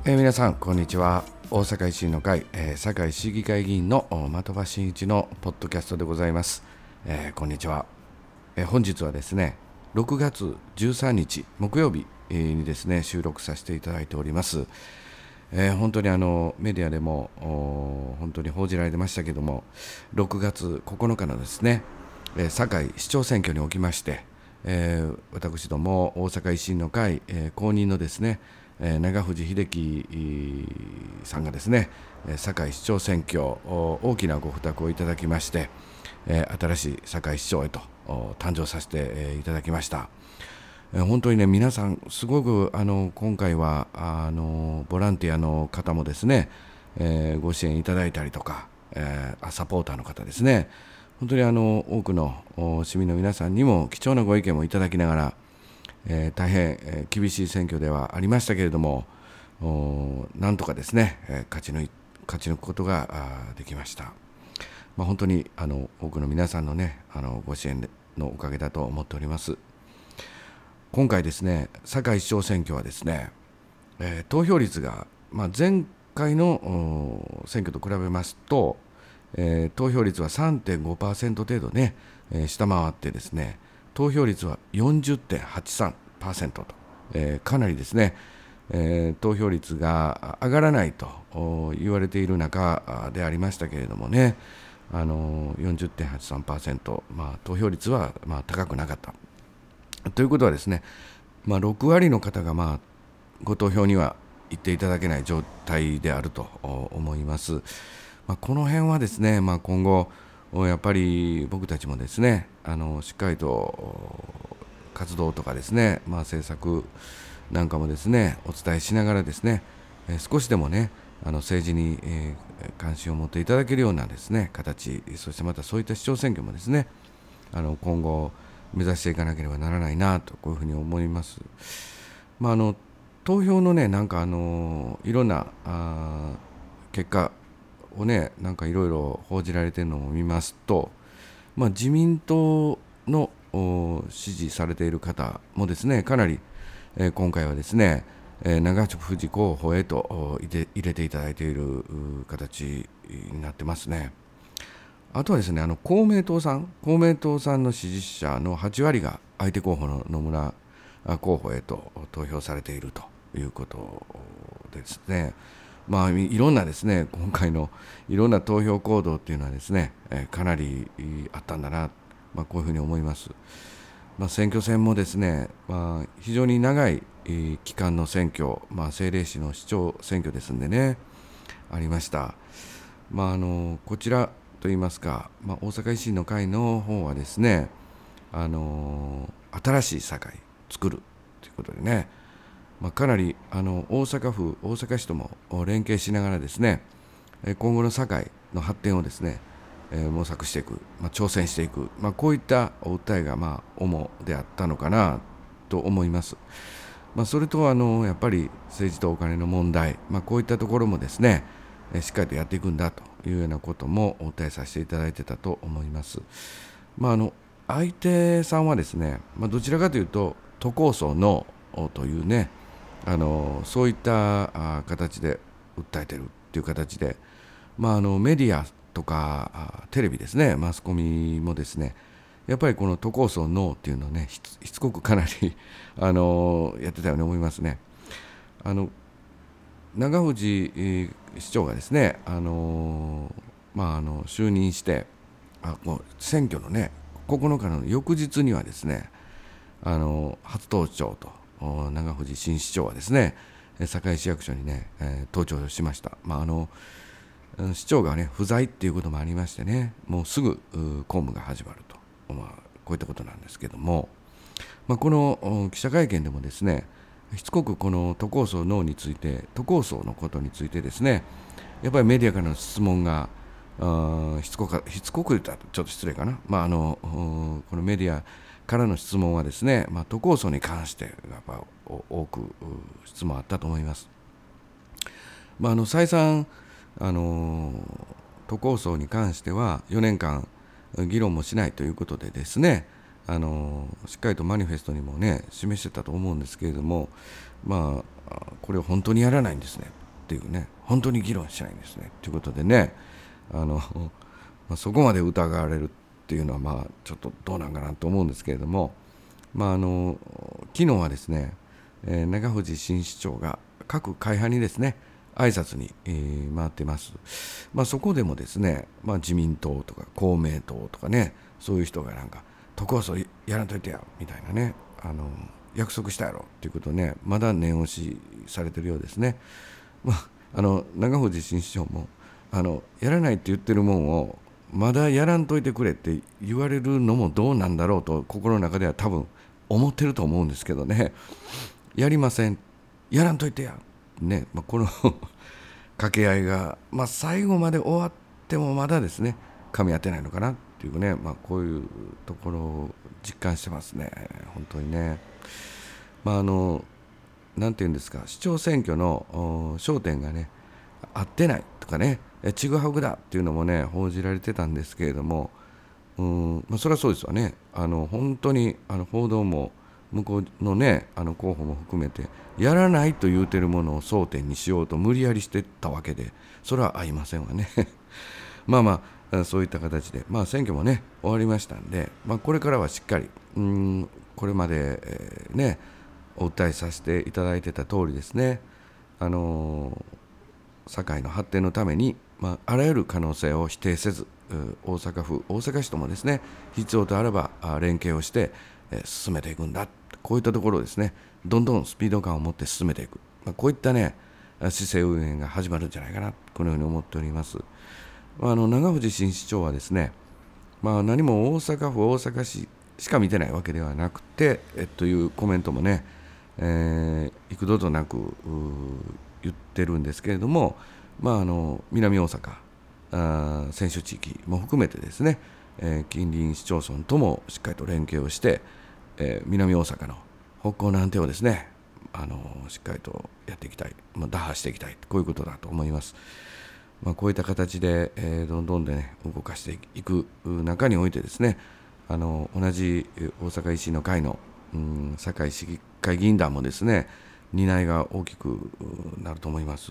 皆さんこんにちは。大阪維新の会、堺市議会議員の的場真一のポッドキャストでございます。こんにちは。本日はですね6月13日木曜日にですね収録させていただいております。本当にメディアでも本当に報じられてましたけども、6月9日のですね、堺市長選挙におきまして、私ども大阪維新の会、公認のですね長藤秀樹さんがですね堺市長選挙大きなご負託をいただきまして、新しい堺市長へと誕生させていただきました。本当にね皆さんすごく今回はボランティアの方もですね、ご支援いただいたりとか、サポーターの方ですね、本当に多くの市民の皆さんにも貴重なご意見もいただきながら、大変、厳しい選挙ではありましたけれども、なんとかですね、勝ち抜くことができました。本当に多くの皆さんのねご支援のおかげだと思っております。今回ですね堺市長選挙はですね、投票率が、前回の選挙と比べますと、投票率は 3.5% 程度ね、下回ってですね投票率は 40.83% と、かなりですね、投票率が上がらないと言われている中でありましたけれどもね、40.83%、投票率は高くなかったということはですね、6割の方がご投票には行っていただけない状態であると思います。この辺はですね、今後やっぱり僕たちもですねしっかりと活動とかですね、政策なんかもですねお伝えしながらですね、少しでもね政治に、関心を持っていただけるようなですね形、そしてまたそういった市長選挙もですね今後目指していかなければならないなとこういうふうに思います。投票のねいろんな結果をねいろいろ報じられているのを見ますと、自民党の支持されている方もですねかなり、今回はですね長藤候補へと入れていただいている形になってますね。あとはですね公明党さんの支持者の8割が相手候補の野村候補へと投票されているということですね。いろんなですね今回のいろんな投票行動っていうのはですね、かなりあったんだな、こういうふうに思います。選挙戦もですね、非常に長い期間の選挙、政令市の市長選挙ですんでねありました。こちらといいますか、大阪維新の会の方はですね新しい堺作るということでね、かなり大阪市とも連携しながらですね今後の堺の発展をですね模索していく、挑戦していく、こういったお訴えが主であったのかなと思います。それとやっぱり政治とお金の問題、こういったところもですねしっかりとやっていくんだというようなこともお訴えさせていただいてたと思います。相手さんはですね、どちらかというと都構想のというねそういった形で訴えているという形で、メディアとかテレビですねマスコミもですねやっぱりこの都構想ノーっていうのをねしつこくかなりやってたように思いますね。長藤市長がですね就任してもう選挙のね9日の翌日にはですね初登庁と長藤新市長はですね堺市役所にね、登庁しました。市長がね不在っていうこともありましてねもうすぐ公務が始まると、こういったことなんですけども、この記者会見でもですねしつこくこの都構想ノーについて都構想のことについてですねやっぱりメディアからの質問がしつこく言ったらちょっと失礼かな、このメディアからの質問はですね、都構想に関してやっぱ多く質問あったと思います。再三都構想に関しては4年間議論もしないということでですねしっかりとマニフェストにもね示してたと思うんですけれども、 これを本当にやらないんですねっていうね、本当に議論しないんですねということでね、そこまで疑われるっていうのはちょっとどうなんかなと思うんですけれども、昨日はですね、長藤新市長が各会派にですね挨拶に、回ってます。そこでもですね、自民党とか公明党とかね、そういう人がなんか都構想やらんといてやみたいなね、約束したやろっていうことをね、まだ念押しされてるようですね。長藤新市長もやらないって言ってるもんをまだやらんといてくれって言われるのもどうなんだろうと心の中では多分思ってると思うんですけどね、やりません、やらんといてやね、この掛け合いが、最後まで終わってもまだですね噛み合ってないのかなっていうね、こういうところを実感してますね、本当にね。なんていうんですか、市長選挙の焦点がね合ってないとかね、ちぐはぐだっていうのもね報じられてたんですけれども、それはそうですわね。本当に報道も向こうのね候補も含めてやらないと言うてるものを争点にしようと無理やりしてたわけで、それは合いませんわねそういった形で、選挙もね終わりましたんで、これからはしっかりこれまで、ねお訴えさせていただいてた通りですね、堺の発展のために、あらゆる可能性を否定せず、大阪府大阪市ともですね必要とあれば連携をして進めていくんだ、こういったところをですねどんどんスピード感を持って進めていく、こういったね市政運営が始まるんじゃないかな、このように思っております。長藤新市長はですね、何も大阪府大阪市しか見てないわけではなくて、というコメントもね、幾度となく言ってるんですけれども、南大阪選手地域も含めてですね、近隣市町村ともしっかりと連携をして、南大阪の北港の安定をですねしっかりとやっていきたい、打破していきたい、こういうことだと思います。こういった形で、どんどんで、ね、動かしていく中においてですね、同じ大阪維新の会の堺市議会議員団もですね担いが大きくなると思います。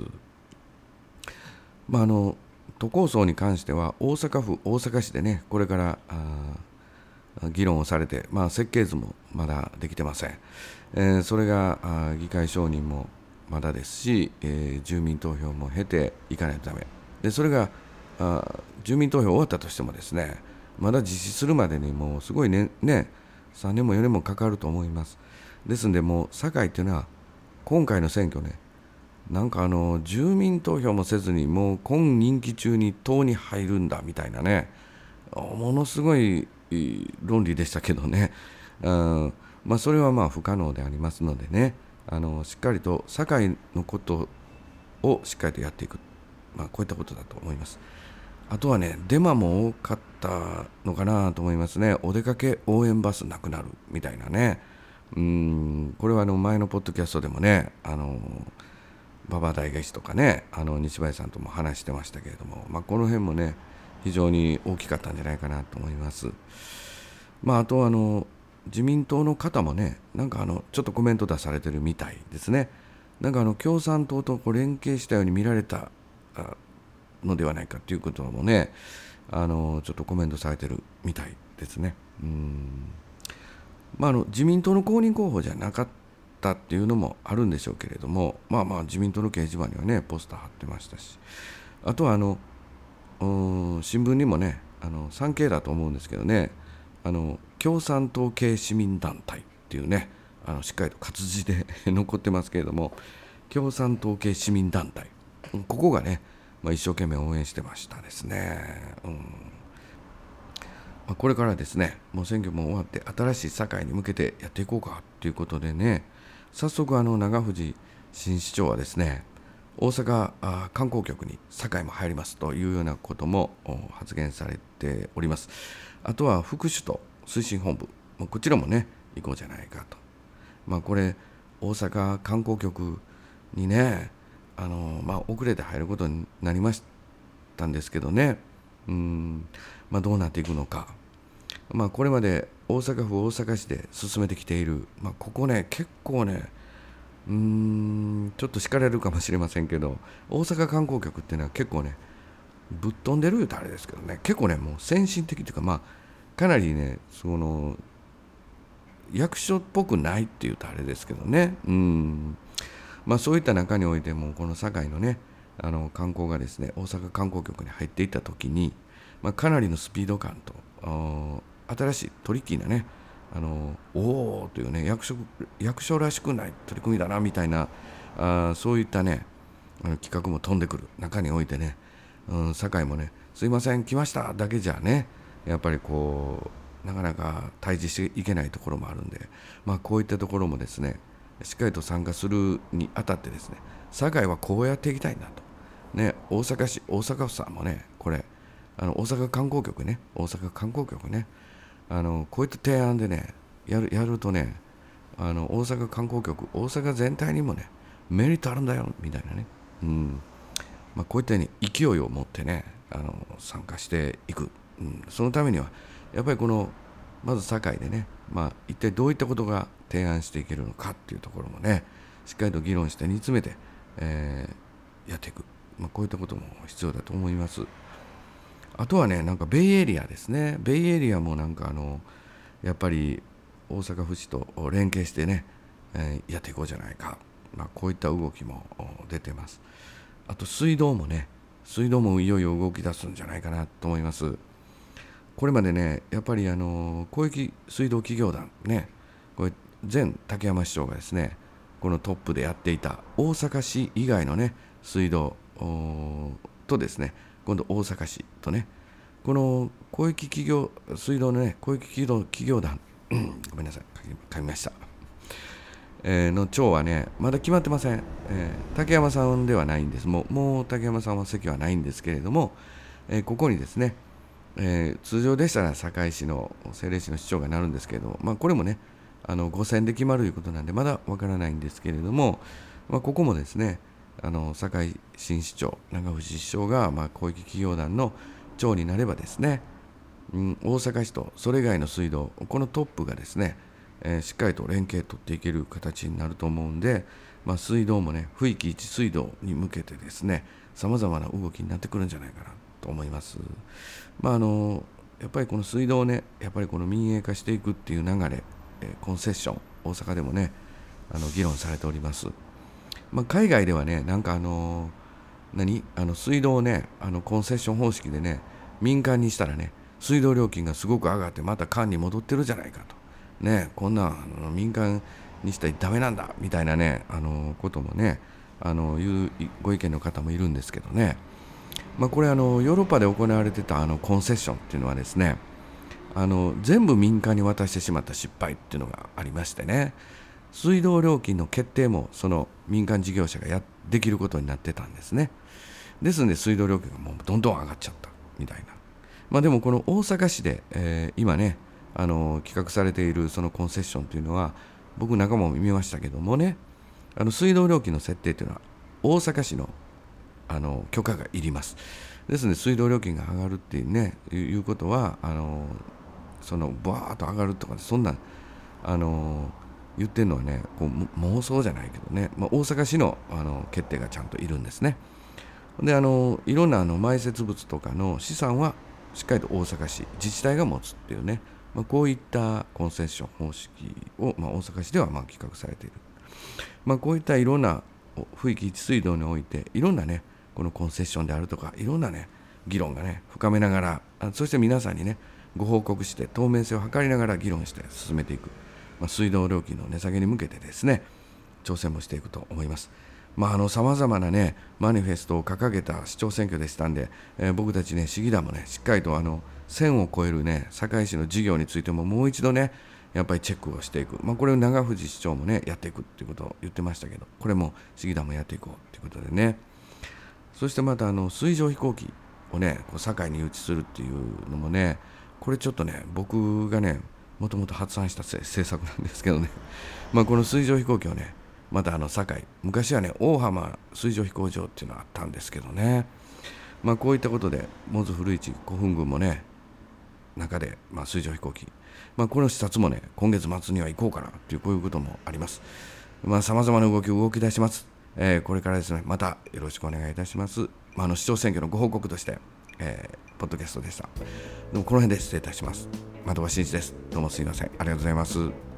都構想に関しては大阪府大阪市でねこれから議論をされて、設計図もまだできてません。それが議会承認もまだですし、住民投票も経ていかないとダメで、それが住民投票終わったとしてもですねまだ実施するまでにもうすごいね3年も4年もかかると思います。ですのでもう堺っていうのは今回の選挙ね、なんか住民投票もせずにもう今任期中に党に入るんだみたいなね、ものすごい論理でしたけどね、それは不可能でありますのでね、しっかりと堺のことをしっかりとやっていく、こういったことだと思います。あとはねデマも多かったのかなと思いますね。お出かけ応援バスなくなるみたいなね、これは前のポッドキャストでもね馬場大学士とかね西林さんとも話してましたけれども、この辺もね非常に大きかったんじゃないかなと思います。あと自民党の方もねなんかちょっとコメント出されてるみたいですね。なんか共産党と連携したように見られたのではないかということもねちょっとコメントされてるみたいですね。自民党の公認候補じゃなかったっていうのもあるんでしょうけれども、自民党の掲示板にはねポスター貼ってましたし、あとは新聞にもね産経だと思うんですけどね、共産党系市民団体っていうねしっかりと活字で残ってますけれども、共産党系市民団体、ここがね、一生懸命応援してましたですね。これからですねもう選挙も終わって新しい堺に向けてやっていこうかということでね、早速長藤新市長はですね大阪観光局に堺も入りますというようなことも発言されております。あとは副首都推進本部、こちらもね行こうじゃないかと。これ大阪観光局にね遅れて入ることになりましたんですけどね、どうなっていくのか、これまで大阪府大阪市で進めてきている、ここね結構ねちょっと叱られるかもしれませんけど、大阪観光局っていうのは結構ね、ぶっ飛んでるとあれですけどね、結構ね、もう先進的というか、かなりね、役所っぽくないっていうとあれですけどね、そういった中においても、この堺のね、観光がですね、大阪観光局に入っていったときに、かなりのスピード感と、新しいトリッキーなね、おおというね、役所らしくない取り組みだなみたいな、そういったね、企画も飛んでくる中においてね、堺もね、すいません、来ましただけじゃね、やっぱりなかなか対峙していけないところもあるんで、こういったところもですね、しっかりと参加するにあたってですね、堺はこうやっていきたいんだと。ね、大阪府さんもね、これ、大阪観光局ね、こういった提案でね、やるとね、大阪観光局、大阪全体にもね、メリットあるんだよ、みたいなね。こういったように勢いを持ってね、参加していく。そのためには、やっぱりまず堺でね、一体どういったことが提案していけるのかっていうところもね、しっかりと議論して煮詰めて、やっていく。こういったことも必要だと思います。あとはね、なんかベイエリアですね。ベイエリアもなんかやっぱり大阪府市と連携してね、やっていこうじゃないか。こういった動きも出てます。あと水道もいよいよ動き出すんじゃないかなと思います。これまでね、やっぱり広域水道企業団ね、これ前竹山市長がですね、このトップでやっていた大阪市以外のね、水道とですね、今度大阪市とね、この広域企業水道のね、広域企業団ごめんなさい、噛みました。の長はね、まだ決まってません。竹山さんではないんです。もう竹山さんは席はないんですけれども、ここにですね、通常でしたら堺市の政令市の市長がなるんですけれども、これもね、5選で決まるということなんで、まだわからないんですけれども、ここもですね、堺新市長、長藤市長が、広域企業団の長になればですね、大阪市とそれ以外の水道、このトップがですね、しっかりと連携取っていける形になると思うんで、水道もね、区域一水道に向けてですね、さまざまな動きになってくるんじゃないかなと思います。やっぱりこの水道をね、やっぱりこの民営化していくっていう流れ、コンセッション、大阪でもね、議論されております。海外ではね、なんか水道をね、コンセッション方式でね、民間にしたらね、水道料金がすごく上がって、また官に戻ってるじゃないかと。ね、こんな民間にしたらダメなんだみたいなね、こともね、いうご意見の方もいるんですけどね。これヨーロッパで行われてたコンセッションっていうのはですね、全部民間に渡してしまった失敗っていうのがありましてね、水道料金の決定もその民間事業者ができることになってたんですね。ですので水道料金がもうどんどん上がっちゃったみたいな。でもこの大阪市で、今ね企画されているそのコンセッションというのは、僕仲間も見ましたけどもね、水道料金の設定というのは大阪市の許可がいります。ですので水道料金が上がるっていうね、いうことはそのバーッと上がるとか、そんな言ってるのはね、妄想じゃないけどね、大阪市の決定がちゃんといるんですね。でいろんな埋設物とかの資産はしっかりと大阪市自治体が持つっていうね、こういったコンセッション方式を、大阪市では企画されている。こういったいろんな区域一水道においていろんなね、このコンセッションであるとか、いろんなね議論がね深めながら、そして皆さんにねご報告して透明性を図りながら議論して進めていく、水道料金の値下げに向けてですね、挑戦もしていくと思います。さまざまなねマニフェストを掲げた市長選挙でしたんで、僕たちね市議団もねしっかりと1000を超えるね堺市の事業についてももう一度ねやっぱりチェックをしていく、これを長藤市長もねやっていくっていうことを言ってましたけど、これも市議団もやっていこうっていうことでね。そしてまた水上飛行機をね堺に誘致するっていうのもね、これちょっとね僕がねもともと発案した政策なんですけどねこの水上飛行機をねまた堺、昔はね大浜水上飛行場っていうのがあったんですけどね、こういったことでモズ古市古墳群もね中で、水上飛行機、この視察もね今月末には行こうかなっていう、こういうこともあります。 様々な動き出します。これからですね、またよろしくお願いいたします。市長選挙のご報告として、ポッドキャストでした。どうもこの辺で失礼いたします。的場真一です。どうもすいません。ありがとうございます。